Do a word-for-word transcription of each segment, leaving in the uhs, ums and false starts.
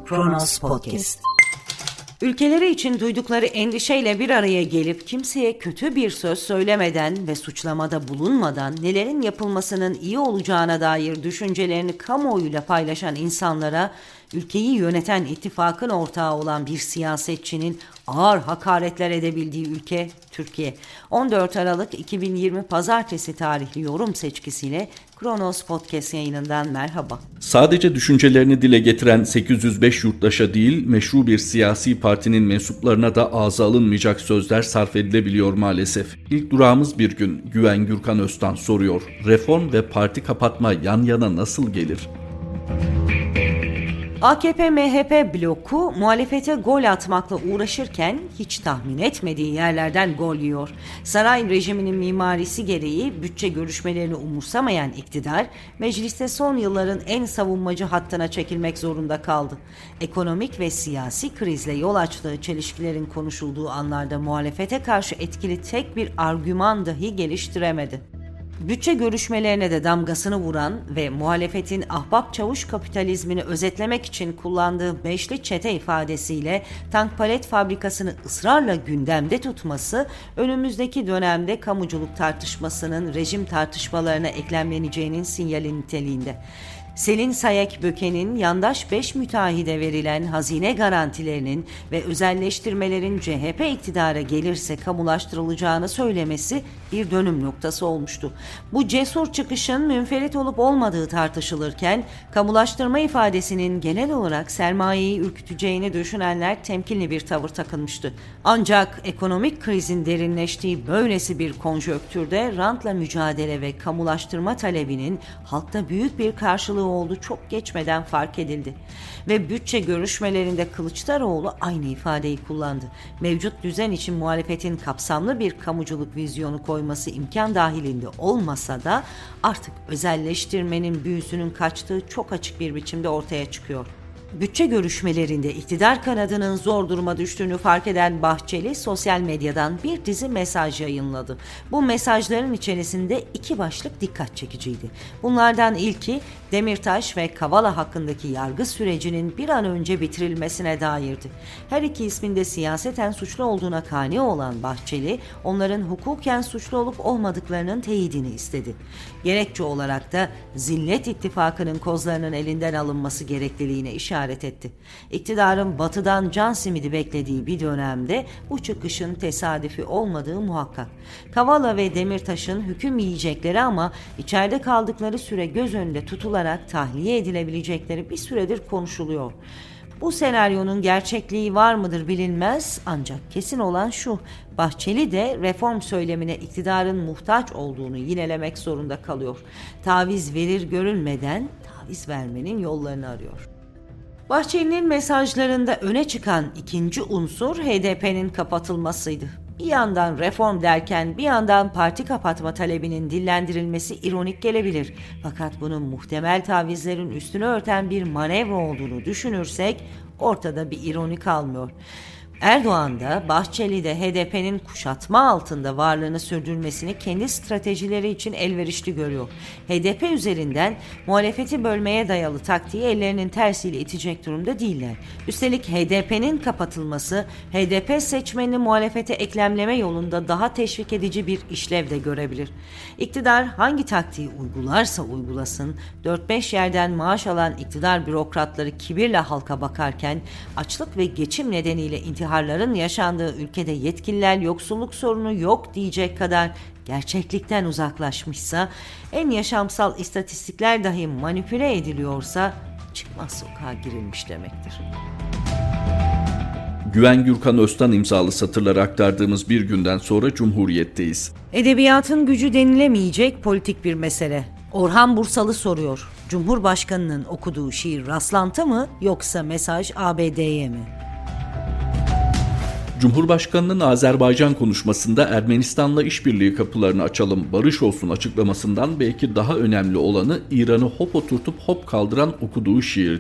Kronos Podcast. Ülkeleri için duydukları endişeyle bir araya gelip kimseye kötü bir söz söylemeden ve suçlamada bulunmadan nelerin yapılmasının iyi olacağına dair düşüncelerini kamuoyuyla paylaşan insanlara ülkeyi yöneten ittifakın ortağı olan bir siyasetçinin ağır hakaretler edebildiği ülke Türkiye. on dört Aralık iki bin yirmi Pazartesi tarihli yorum seçkisiyle Kronos Podcast yayınından merhaba. Sadece düşüncelerini dile getiren sekiz yüz beş yurttaşa değil, meşru bir siyasi partinin mensuplarına da ağza alınmayacak sözler sarf edilebiliyor maalesef. İlk durağımız bir gün Güven Gürkan Öztan soruyor. Reform ve parti kapatma yan yana nasıl gelir? A K P M H P bloku muhalefete gol atmakla uğraşırken hiç tahmin etmediği yerlerden gol yiyor. Saray rejiminin mimarisi gereği bütçe görüşmelerini umursamayan iktidar, mecliste son yılların en savunmacı hattına çekilmek zorunda kaldı. Ekonomik ve siyasi krizle yol açtığı çelişkilerin konuşulduğu anlarda muhalefete karşı etkili tek bir argüman dahi geliştiremedi. Bütçe görüşmelerine de damgasını vuran ve muhalefetin ahbap çavuş kapitalizmini özetlemek için kullandığı beşli çete ifadesiyle tank palet fabrikasını ısrarla gündemde tutması, önümüzdeki dönemde kamuculuk tartışmasının rejim tartışmalarına eklemleneceğinin sinyali niteliğinde. Selin Sayek-Böke'nin yandaş beş müteahhide verilen hazine garantilerinin ve özelleştirmelerin C H P iktidara gelirse kamulaştırılacağını söylemesi bir dönüm noktası olmuştu. Bu cesur çıkışın münferit olup olmadığı tartışılırken, kamulaştırma ifadesinin genel olarak sermayeyi ürküteceğini düşünenler temkinli bir tavır takınmıştı. Ancak ekonomik krizin derinleştiği böylesi bir konjonktürde rantla mücadele ve kamulaştırma talebinin halkta büyük bir karşılığı olduğu çok geçmeden fark edildi. Ve bütçe görüşmelerinde Kılıçdaroğlu aynı ifadeyi kullandı. Mevcut düzen için muhalefetin kapsamlı bir kamuculuk vizyonu koyması imkan dahilinde olmasa da artık özelleştirmenin büyüsünün kaçtığı çok açık bir biçimde ortaya çıkıyor. Bütçe görüşmelerinde iktidar kanadının zor duruma düştüğünü fark eden Bahçeli sosyal medyadan bir dizi mesaj yayınladı. Bu mesajların içerisinde iki başlık dikkat çekiciydi. Bunlardan ilki Demirtaş ve Kavala hakkındaki yargı sürecinin bir an önce bitirilmesine dairdi. Her iki ismin de siyaseten suçlu olduğuna kani olan Bahçeli, onların hukuken suçlu olup olmadıklarının teyidini istedi. Gerekçe olarak da Zillet İttifakı'nın kozlarının elinden alınması gerekliliğine işaret etti. İktidarın batıdan can simidi beklediği bir dönemde bu çıkışın tesadüfi olmadığı muhakkak. Kavala ve Demirtaş'ın hüküm yiyecekleri ama içeride kaldıkları süre göz önünde tutularak tahliye edilebilecekleri bir süredir konuşuluyor. Bu senaryonun gerçekliği var mıdır bilinmez, ancak kesin olan şu: Bahçeli de reform söylemine iktidarın muhtaç olduğunu yinelemek zorunda kalıyor. Taviz verir görülmeden taviz vermenin yollarını arıyor. Bahçeli'nin mesajlarında öne çıkan ikinci unsur H D P'nin kapatılmasıydı. Bir yandan reform derken bir yandan parti kapatma talebinin dillendirilmesi ironik gelebilir. Fakat bunun muhtemel tavizlerin üstünü örten bir manevra olduğunu düşünürsek ortada bir ironi kalmıyor. Erdoğan da Bahçeli de H D P'nin kuşatma altında varlığını sürdürmesini kendi stratejileri için elverişli görüyor. H D P üzerinden muhalefeti bölmeye dayalı taktiği ellerinin tersiyle itecek durumda değiller. Üstelik H D P'nin kapatılması H D P seçmenini muhalefete eklemleme yolunda daha teşvik edici bir işlev de görebilir. İktidar hangi taktiği uygularsa uygulasın, dört beş yerden maaş alan iktidar bürokratları kibirle halka bakarken açlık ve geçim nedeniyle intihar İntiharların yaşandığı ülkede yetkililer yoksulluk sorunu yok diyecek kadar gerçeklikten uzaklaşmışsa, en yaşamsal istatistikler dahi manipüle ediliyorsa çıkmaz sokağa girilmiş demektir. Güven Gürkan Öztan imzalı satırları aktardığımız bir günden sonra Cumhuriyet'teyiz. Edebiyatın gücü denilemeyecek politik bir mesele. Orhan Bursalı soruyor: Cumhurbaşkanının okuduğu şiir rastlantı mı yoksa mesaj A B D'ye mi? Cumhurbaşkanının Azerbaycan konuşmasında Ermenistan'la işbirliği kapılarını açalım, barış olsun açıklamasından belki daha önemli olanı İran'ı hop oturtup hop kaldıran okuduğu şiirdi.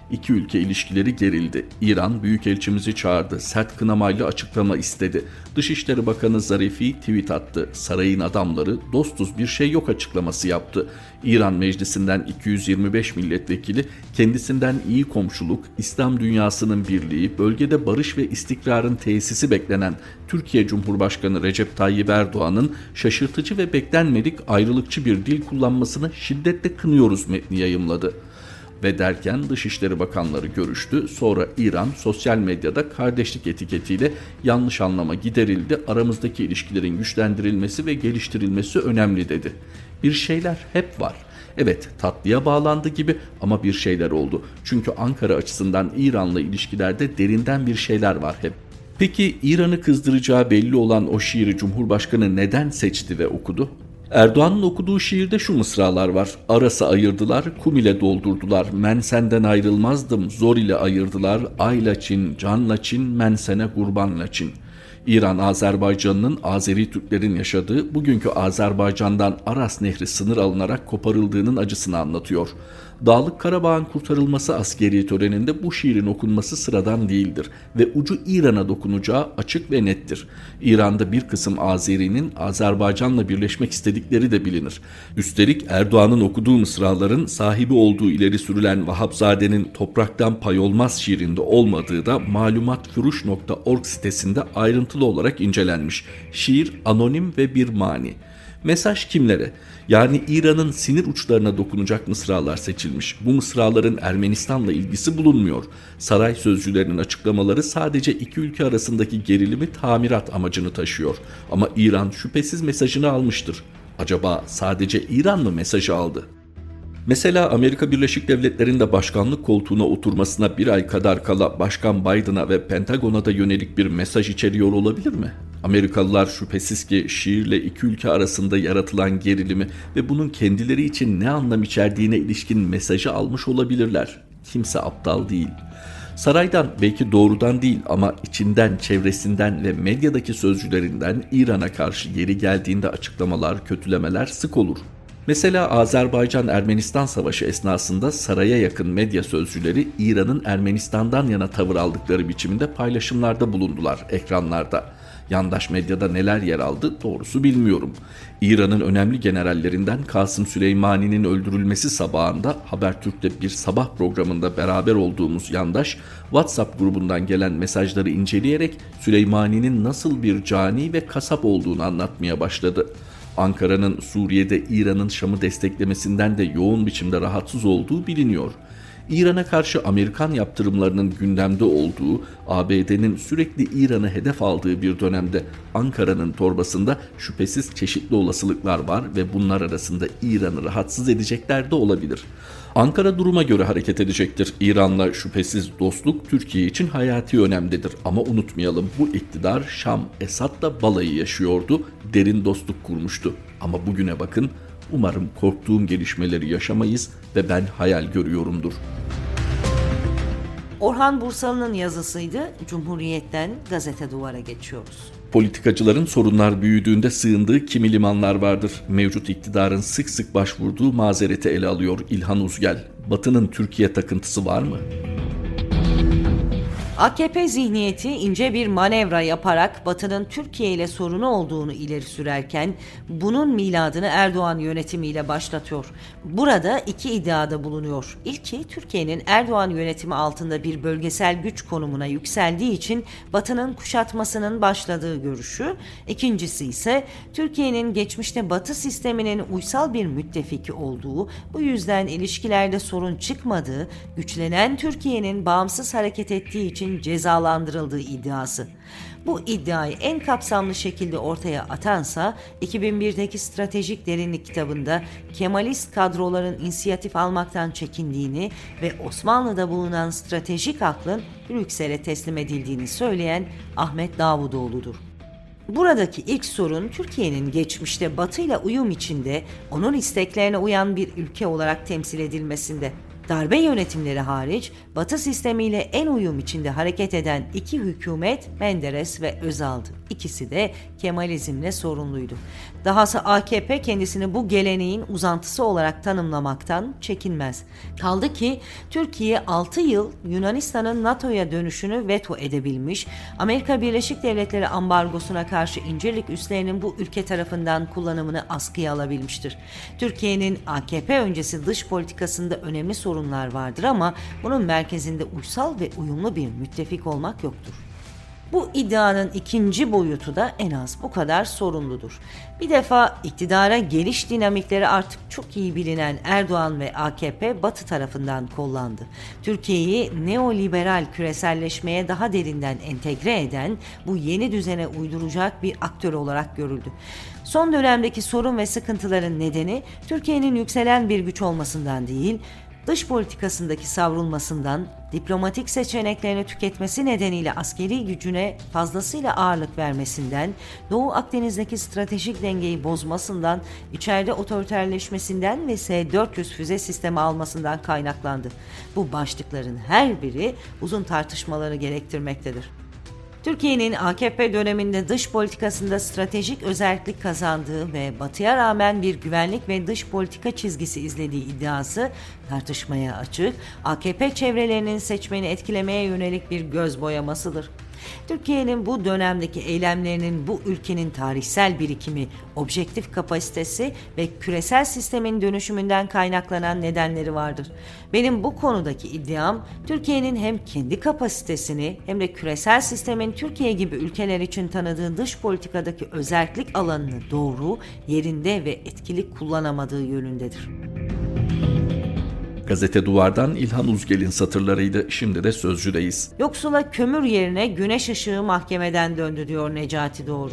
İki ülke ilişkileri gerildi. İran büyükelçimizi çağırdı. Sert kınamayla açıklama istedi. Dışişleri Bakanı Zarifi tweet attı. Sarayın adamları dostuz bir şey yok açıklaması yaptı. İran meclisinden iki yüz yirmi beş milletvekili kendisinden iyi komşuluk, İslam dünyasının birliği, bölgede barış ve istikrarın tesisi beklenen Türkiye Cumhurbaşkanı Recep Tayyip Erdoğan'ın şaşırtıcı ve beklenmedik ayrılıkçı bir dil kullanmasını şiddetle kınıyoruz metni yayımladı. Ve derken Dışişleri Bakanları görüştü. Sonra İran sosyal medyada kardeşlik etiketiyle yanlış anlama giderildi. Aramızdaki ilişkilerin güçlendirilmesi ve geliştirilmesi önemli dedi. Bir şeyler hep var. Evet, tatlıya bağlandı gibi ama bir şeyler oldu. Çünkü Ankara açısından İran'la ilişkilerde derinden bir şeyler var hep. Peki İran'ı kızdıracağı belli olan o şiiri Cumhurbaşkanı neden seçti ve okudu? Erdoğan'ın okuduğu şiirde şu mısralar var. Arası ayırdılar, kum ile doldurdular. Men senden ayrılmazdım, zor ile ayırdılar. Ayla Çin, canla Çin, men sene kurbanla Çin. İran, Azerbaycan'ın Azeri Türklerin yaşadığı, bugünkü Azerbaycan'dan Aras Nehri sınır alınarak koparıldığının acısını anlatıyor. Dağlık Karabağ'ın kurtarılması askeri töreninde bu şiirin okunması sıradan değildir ve ucu İran'a dokunacağı açık ve nettir. İran'da bir kısım Azeri'nin Azerbaycan'la birleşmek istedikleri de bilinir. Üstelik Erdoğan'ın okuduğu mısraların sahibi olduğu ileri sürülen Vahapzade'nin Topraktan Pay Olmaz şiirinde olmadığı da malumatfuruş nokta org sitesinde ayrıntılı olarak incelenmiş. Şiir anonim ve bir mani. Mesaj kimlere? Yani İran'ın sinir uçlarına dokunacak mısralar seçilmiş. Bu mısraların Ermenistan'la ilgisi bulunmuyor. Saray sözcülerinin açıklamaları sadece iki ülke arasındaki gerilimi tamirat amacını taşıyor. Ama İran şüphesiz mesajını almıştır. Acaba sadece İran mı mesajı aldı? Mesela Amerika Birleşik Devletleri'nde başkanlık koltuğuna oturmasına bir ay kadar kala Başkan Biden'a ve Pentagon'a da yönelik bir mesaj içeriyor olabilir mi? Amerikalılar şüphesiz ki şiirle iki ülke arasında yaratılan gerilimi ve bunun kendileri için ne anlam içerdiğine ilişkin mesajı almış olabilirler. Kimse aptal değil. Saraydan belki doğrudan değil ama içinden, çevresinden ve medyadaki sözcülerinden İran'a karşı yeri geldiğinde açıklamalar, kötülemeler sık olur. Mesela Azerbaycan-Ermenistan Savaşı esnasında saraya yakın medya sözcüleri İran'ın Ermenistan'dan yana tavır aldıkları biçiminde paylaşımlarda bulundular ekranlarda. Yandaş medyada neler yer aldı doğrusu bilmiyorum. İran'ın önemli generallerinden Kasım Süleymani'nin öldürülmesi sabahında Habertürk'te bir sabah programında beraber olduğumuz yandaş WhatsApp grubundan gelen mesajları inceleyerek Süleymani'nin nasıl bir cani ve kasap olduğunu anlatmaya başladı. Ankara'nın Suriye'de İran'ın Şam'ı desteklemesinden de yoğun biçimde rahatsız olduğu biliniyor. İran'a karşı Amerikan yaptırımlarının gündemde olduğu, A B D'nin sürekli İran'ı hedef aldığı bir dönemde Ankara'nın torbasında şüphesiz çeşitli olasılıklar var ve bunlar arasında İran'ı rahatsız edecekler de olabilir. Ankara duruma göre hareket edecektir. İran'la şüphesiz dostluk Türkiye için hayati önemlidir. Ama unutmayalım, bu iktidar Şam, Esad'la balayı yaşıyordu, derin dostluk kurmuştu. Ama bugüne bakın, umarım korktuğum gelişmeleri yaşamayız ve ben hayal görüyorumdur. Orhan Bursalı'nın yazısıydı. Cumhuriyet'ten Gazete Duvar'a geçiyoruz. Politikacıların sorunlar büyüdüğünde sığındığı kimi limanlar vardır. Mevcut iktidarın sık sık başvurduğu mazereti ele alıyor İlhan Uzgel. Batı'nın Türkiye takıntısı var mı? A K P zihniyeti ince bir manevra yaparak Batı'nın Türkiye ile sorunu olduğunu ileri sürerken bunun miladını Erdoğan yönetimiyle başlatıyor. Burada iki iddiada bulunuyor. İlki, Türkiye'nin Erdoğan yönetimi altında bir bölgesel güç konumuna yükseldiği için Batı'nın kuşatmasının başladığı görüşü. İkincisi ise Türkiye'nin geçmişte Batı sisteminin uysal bir müttefiki olduğu, bu yüzden ilişkilerde sorun çıkmadığı, güçlenen Türkiye'nin bağımsız hareket ettiği için cezalandırıldığı iddiası. Bu iddiayı en kapsamlı şekilde ortaya atansa iki bin birdeki Stratejik Derinlik kitabında Kemalist kadroların inisiyatif almaktan çekindiğini ve Osmanlı'da bulunan stratejik aklın Brüksel'e teslim edildiğini söyleyen Ahmet Davutoğlu'dur. Buradaki ilk sorun, Türkiye'nin geçmişte Batı'yla uyum içinde onun isteklerine uyan bir ülke olarak temsil edilmesinde. Darbe yönetimleri hariç Batı sistemiyle en uyum içinde hareket eden iki hükümet Menderes ve Özal'dı. İkisi de Kemalizmle sorumluydu. Dahası A K P kendisini bu geleneğin uzantısı olarak tanımlamaktan çekinmez. Kaldı ki Türkiye altı yıl Yunanistan'ın NATO'ya dönüşünü veto edebilmiş, Amerika Birleşik Devletleri ambargosuna karşı İncirlik üslerinin bu ülke tarafından kullanımını askıya alabilmiştir. Türkiye'nin A K P öncesi dış politikasında önemli sorunlar vardır ama bunun merkezinde uysal ve uyumlu bir müttefik olmak yoktur. Bu iddianın ikinci boyutu da en az bu kadar sorunludur. Bir defa iktidara geliş dinamikleri artık çok iyi bilinen Erdoğan ve A K P Batı tarafından kollandı. Türkiye'yi neoliberal küreselleşmeye daha derinden entegre eden bu yeni düzene uyduracak bir aktör olarak görüldü. Son dönemdeki sorun ve sıkıntıların nedeni Türkiye'nin yükselen bir güç olmasından değil, dış politikasındaki savrulmasından, diplomatik seçeneklerini tüketmesi nedeniyle askeri gücüne fazlasıyla ağırlık vermesinden, Doğu Akdeniz'deki stratejik dengeyi bozmasından, içeride otoriterleşmesinden ve S dört yüz füze sistemi almasından kaynaklandı. Bu başlıkların her biri uzun tartışmaları gerektirmektedir. Türkiye'nin A K P döneminde dış politikasında stratejik özellik kazandığı ve Batı'ya rağmen bir güvenlik ve dış politika çizgisi izlediği iddiası tartışmaya açık, A K P çevrelerinin seçmeni etkilemeye yönelik bir göz boyamasıdır. Türkiye'nin bu dönemdeki eylemlerinin bu ülkenin tarihsel birikimi, objektif kapasitesi ve küresel sistemin dönüşümünden kaynaklanan nedenleri vardır. Benim bu konudaki iddiam, Türkiye'nin hem kendi kapasitesini hem de küresel sistemin Türkiye gibi ülkeler için tanıdığı dış politikadaki özellik alanını doğru, yerinde ve etkili kullanamadığı yönündedir. Gazete Duvar'dan İlhan Uzgel'in satırlarıydı. Şimdi de Sözcü'deyiz. Yoksula kömür yerine güneş ışığı mahkemeden döndü diyor Necati Doğru.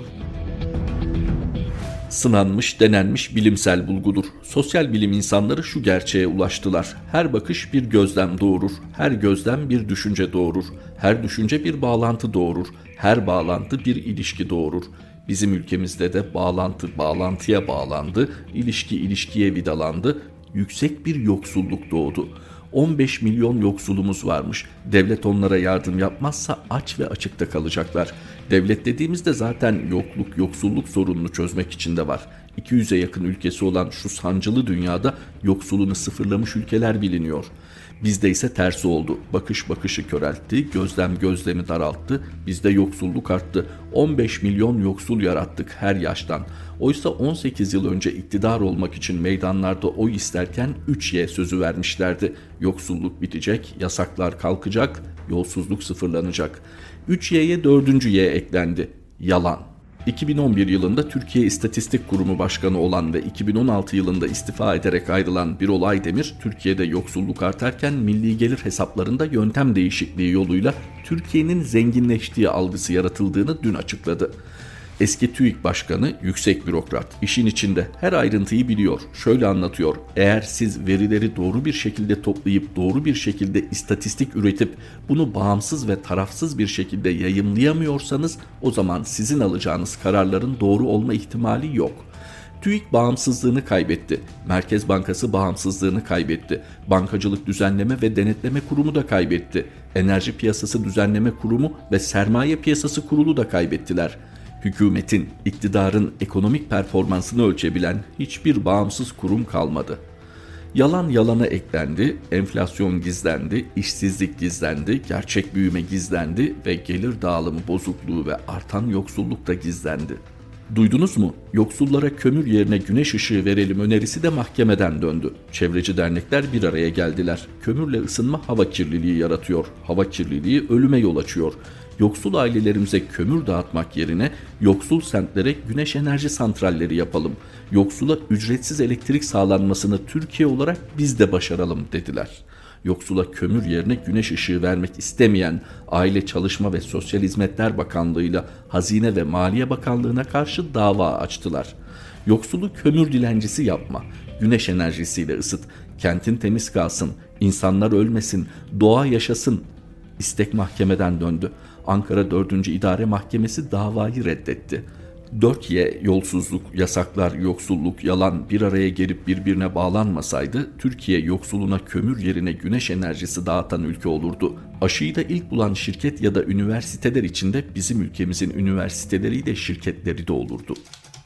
Sınanmış, denenmiş bilimsel bulgudur. Sosyal bilim insanları şu gerçeğe ulaştılar. Her bakış bir gözlem doğurur. Her gözlem bir düşünce doğurur. Her düşünce bir bağlantı doğurur. Her bağlantı bir ilişki doğurur. Bizim ülkemizde de bağlantı bağlantıya bağlandı, ilişki ilişkiye vidalandı. Yüksek bir yoksulluk doğdu. on beş milyon yoksulumuz varmış. Devlet onlara yardım yapmazsa aç ve açıkta kalacaklar. Devlet dediğimizde zaten yokluk, yoksulluk sorununu çözmek için de var. iki yüze yakın ülkesi olan şu sancılı dünyada yoksulunu sıfırlamış ülkeler biliniyor. Bizde ise tersi oldu. Bakış bakışı köreltti, gözlem gözlemi daralttı. Bizde yoksulluk arttı. on beş milyon yoksul yarattık her yaştan. Oysa on sekiz yıl önce iktidar olmak için meydanlarda oy isterken üç Y sözü vermişlerdi. Yoksulluk bitecek, yasaklar kalkacak, yolsuzluk sıfırlanacak. üç Y'ye dördüncü Y eklendi. Yalan. iki bin on bir yılında Türkiye İstatistik Kurumu Başkanı olan ve iki bin on altı yılında istifa ederek ayrılan Birol Aydemir, Türkiye'de yoksulluk artarken milli gelir hesaplarında yöntem değişikliği yoluyla Türkiye'nin zenginleştiği algısı yaratıldığını dün açıkladı. Eski TÜİK Başkanı yüksek bürokrat, işin içinde her ayrıntıyı biliyor. Şöyle anlatıyor: eğer siz verileri doğru bir şekilde toplayıp doğru bir şekilde istatistik üretip bunu bağımsız ve tarafsız bir şekilde yayımlayamıyorsanız o zaman sizin alacağınız kararların doğru olma ihtimali yok. TÜİK bağımsızlığını kaybetti. Merkez Bankası bağımsızlığını kaybetti. Bankacılık Düzenleme ve Denetleme Kurumu da kaybetti. Enerji Piyasası Düzenleme Kurumu ve Sermaye Piyasası Kurulu da kaybettiler. Hükümetin, iktidarın ekonomik performansını ölçebilen hiçbir bağımsız kurum kalmadı. Yalan yalana eklendi, enflasyon gizlendi, işsizlik gizlendi, gerçek büyüme gizlendi ve gelir dağılımı bozukluğu ve artan yoksulluk da gizlendi. Duydunuz mu? Yoksullara kömür yerine güneş ışığı verelim önerisi de mahkemeden döndü. Çevreci dernekler bir araya geldiler. Kömürle ısınma hava kirliliği yaratıyor. Hava kirliliği ölüme yol açıyor. Yoksul ailelerimize kömür dağıtmak yerine yoksul semtlere güneş enerji santralleri yapalım. Yoksula ücretsiz elektrik sağlanmasını Türkiye olarak biz de başaralım dediler. Yoksula kömür yerine güneş ışığı vermek istemeyen Aile Çalışma ve Sosyal Hizmetler Bakanlığı'yla Hazine ve Maliye Bakanlığı'na karşı dava açtılar. Yoksulu kömür dilencisi yapma, güneş enerjisiyle ısıt, kentin temiz kalsın, insanlar ölmesin, doğa yaşasın. İstek mahkemeden döndü. Ankara dördüncü İdare Mahkemesi davayı reddetti. dört Y, yolsuzluk, yasaklar, yoksulluk, yalan bir araya gelip birbirine bağlanmasaydı Türkiye yoksuluna kömür yerine güneş enerjisi dağıtan ülke olurdu. Aşıyı da ilk bulan şirket ya da üniversiteler içinde bizim ülkemizin üniversiteleri de şirketleri de olurdu.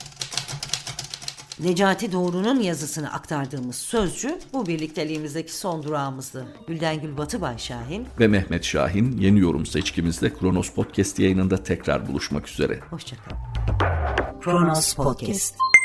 Necati Doğru'nun yazısını aktardığımız Sözcü bu birlikteliğimizdeki son durağımızdı. Gülden Gül Batıbay Şahin Ve Mehmet Şahin yeni yorum seçkimizde Kronos Podcast yayınında tekrar buluşmak üzere. hoşçakalın. Kronos Podcast.